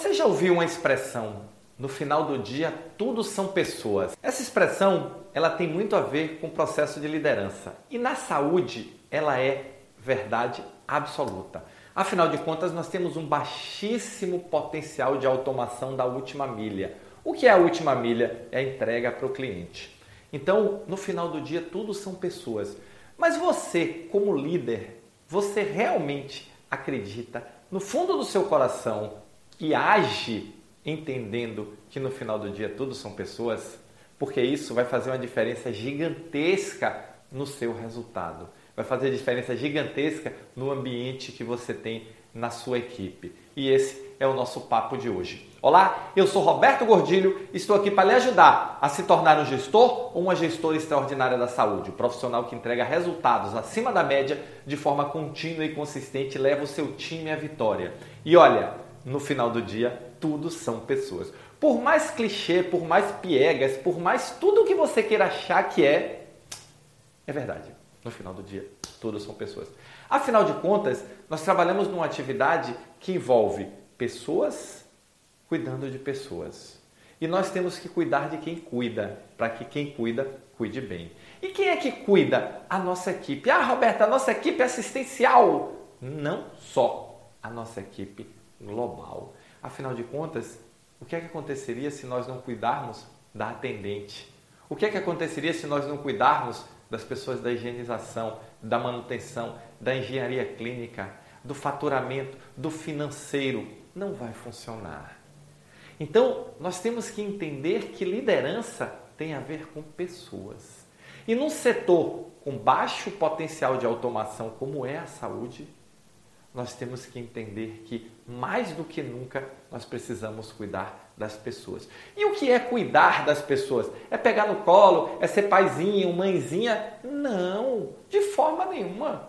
Você já ouviu uma expressão, no final do dia, tudo são pessoas? Essa expressão, ela tem muito a ver com o processo de liderança. E na saúde, ela é verdade absoluta. Afinal de contas, nós temos um baixíssimo potencial de automação da última milha. O que é a última milha? É a entrega para o cliente. Então, no final do dia, tudo são pessoas. Mas você, como líder, você realmente acredita no fundo do seu coração e age entendendo que no final do dia tudo são pessoas? Porque isso vai fazer uma diferença gigantesca no seu resultado. Vai fazer diferença gigantesca no ambiente que você tem na sua equipe. E esse é o nosso papo de hoje. Olá, eu sou Roberto Gordilho, estou aqui para lhe ajudar a se tornar um gestor ou uma gestora extraordinária da saúde, um profissional que entrega resultados acima da média de forma contínua e consistente e leva o seu time à vitória. E olha, no final do dia, tudo são pessoas. Por mais clichê, por mais piegas, por mais tudo que você queira achar que é verdade. No final do dia, tudo são pessoas. Afinal de contas, nós trabalhamos numa atividade que envolve pessoas cuidando de pessoas. E nós temos que cuidar de quem cuida, para que quem cuida, cuide bem. E quem é que cuida? A nossa equipe. Ah, Roberta, a nossa equipe é assistencial. Não só a nossa equipe global. Afinal de contas, o que é que aconteceria se nós não cuidarmos da atendente? O que é que aconteceria se nós não cuidarmos das pessoas da higienização, da manutenção, da engenharia clínica, do faturamento, do financeiro? Não vai funcionar. Então, nós temos que entender que liderança tem a ver com pessoas. E num setor com baixo potencial de automação como é a saúde, nós temos que entender que, mais do que nunca, nós precisamos cuidar das pessoas. E o que é cuidar das pessoas? É pegar no colo? É ser paizinho, mãezinha? Não, de forma nenhuma.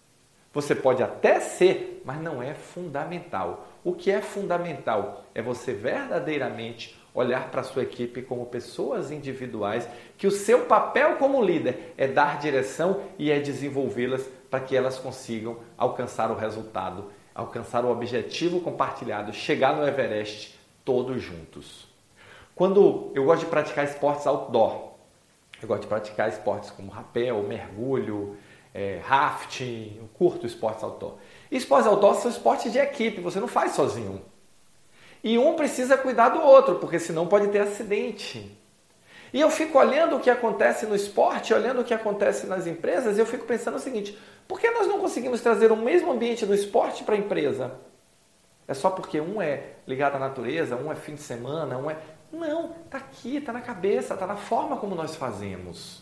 Você pode até ser, mas não é fundamental. O que é fundamental é você verdadeiramente olhar para a sua equipe como pessoas individuais, que o seu papel como líder é dar direção e é desenvolvê-las para que elas consigam alcançar o resultado, alcançar o objetivo compartilhado, chegar no Everest todos juntos. Quando eu gosto de praticar esportes outdoor, eu gosto de praticar esportes como rapel, mergulho, rafting, eu curto esportes outdoor. E esportes outdoor são esportes de equipe, você não faz sozinho. E um precisa cuidar do outro, porque senão pode ter acidente. E eu fico olhando o que acontece no esporte, olhando o que acontece nas empresas, e eu fico pensando o seguinte: por que nós não conseguimos trazer o mesmo ambiente do esporte para a empresa? É só porque um é ligado à natureza, um é fim de semana, um é... Não, está aqui, está na cabeça, está na forma como nós fazemos.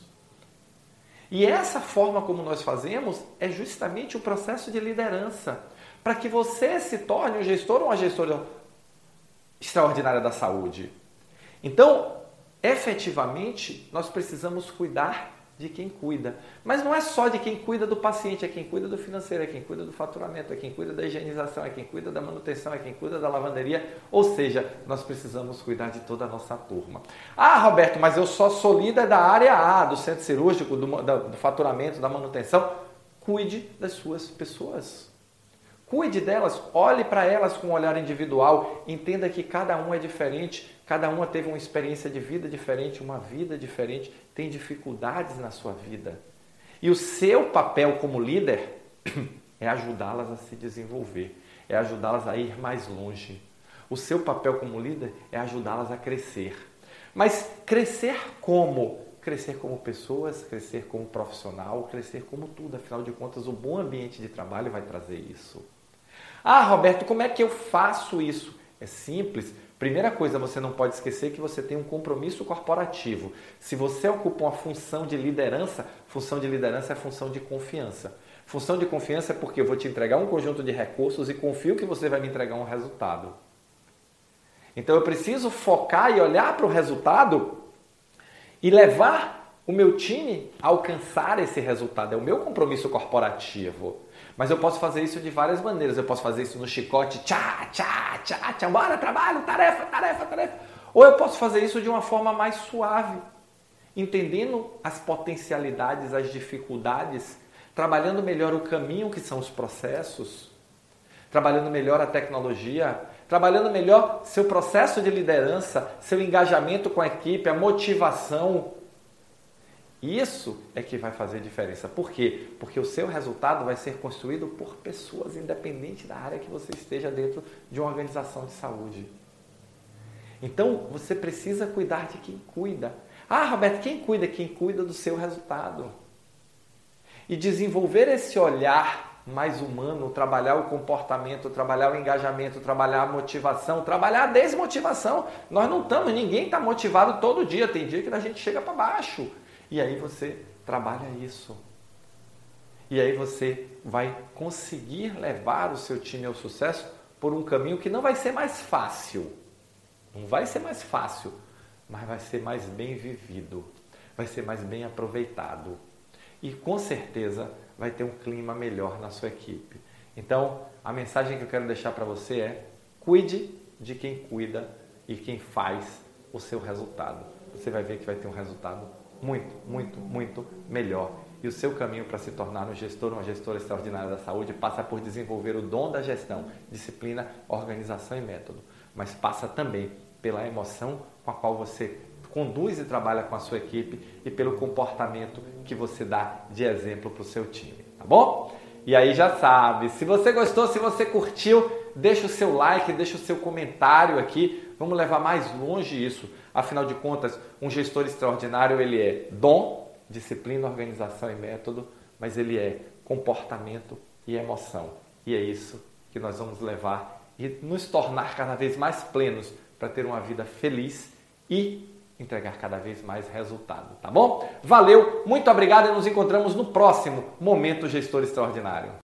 E essa forma como nós fazemos é justamente o processo de liderança, para que você se torne um gestor ou uma gestora extraordinária da saúde. Então, efetivamente, nós precisamos cuidar de quem cuida. Mas não é só de quem cuida do paciente, é quem cuida do financeiro, é quem cuida do faturamento, é quem cuida da higienização, é quem cuida da manutenção, é quem cuida da lavanderia. Ou seja, nós precisamos cuidar de toda a nossa turma. Ah, Roberto, mas eu só sou líder da área A, do centro cirúrgico, do faturamento, da manutenção. Cuide das suas pessoas. Cuide delas, olhe para elas com um olhar individual, entenda que cada um é diferente, cada uma teve uma experiência de vida diferente, uma vida diferente, tem dificuldades na sua vida. E o seu papel como líder é ajudá-las a se desenvolver, é ajudá-las a ir mais longe. O seu papel como líder é ajudá-las a crescer. Mas crescer como? Crescer como pessoas, crescer como profissional, crescer como tudo. Afinal de contas, o bom ambiente de trabalho vai trazer isso. Ah, Roberto, como é que eu faço isso? É simples. Primeira coisa, você não pode esquecer que você tem um compromisso corporativo. Se você ocupa uma função de liderança é função de confiança. Função de confiança é porque eu vou te entregar um conjunto de recursos e confio que você vai me entregar um resultado. Então eu preciso focar e olhar para o resultado e levar o meu time a alcançar esse resultado. É o meu compromisso corporativo. Mas eu posso fazer isso de várias maneiras. Eu posso fazer isso no chicote, tchá, tchá, tchá, tchá, bora, trabalho, tarefa, tarefa, tarefa. Ou eu posso fazer isso de uma forma mais suave, entendendo as potencialidades, as dificuldades, trabalhando melhor o caminho que são os processos, trabalhando melhor a tecnologia, trabalhando melhor seu processo de liderança, seu engajamento com a equipe, a motivação. Isso é que vai fazer diferença. Por quê? Porque o seu resultado vai ser construído por pessoas, independente da área que você esteja dentro de uma organização de saúde. Então, você precisa cuidar de quem cuida. Ah, Roberto, quem cuida? Quem cuida do seu resultado. E desenvolver esse olhar mais humano, trabalhar o comportamento, trabalhar o engajamento, trabalhar a motivação, trabalhar a desmotivação. Nós não estamos, ninguém está motivado todo dia. Tem dia que a gente chega para baixo. E aí você trabalha isso. E aí você vai conseguir levar o seu time ao sucesso por um caminho que não vai ser mais fácil. Não vai ser mais fácil, mas vai ser mais bem vivido. Vai ser mais bem aproveitado. E com certeza vai ter um clima melhor na sua equipe. Então, a mensagem que eu quero deixar para você é: cuide de quem cuida e quem faz o seu resultado. Você vai ver que vai ter um resultado muito melhor. E o seu caminho para se tornar um gestor, uma gestora extraordinária da saúde passa por desenvolver o dom da gestão, disciplina, organização e método. Mas passa também pela emoção com a qual você conduz e trabalha com a sua equipe e pelo comportamento que você dá de exemplo para o seu time, tá bom? E aí já sabe, se você gostou, se você curtiu, deixa o seu like, deixa o seu comentário aqui. Vamos levar mais longe isso. Afinal de contas, um gestor extraordinário, ele é dom, disciplina, organização e método, mas ele é comportamento e emoção. E é isso que nós vamos levar e nos tornar cada vez mais plenos para ter uma vida feliz e entregar cada vez mais resultado, tá bom? Valeu, muito obrigado e nos encontramos no próximo Momento Gestor Extraordinário.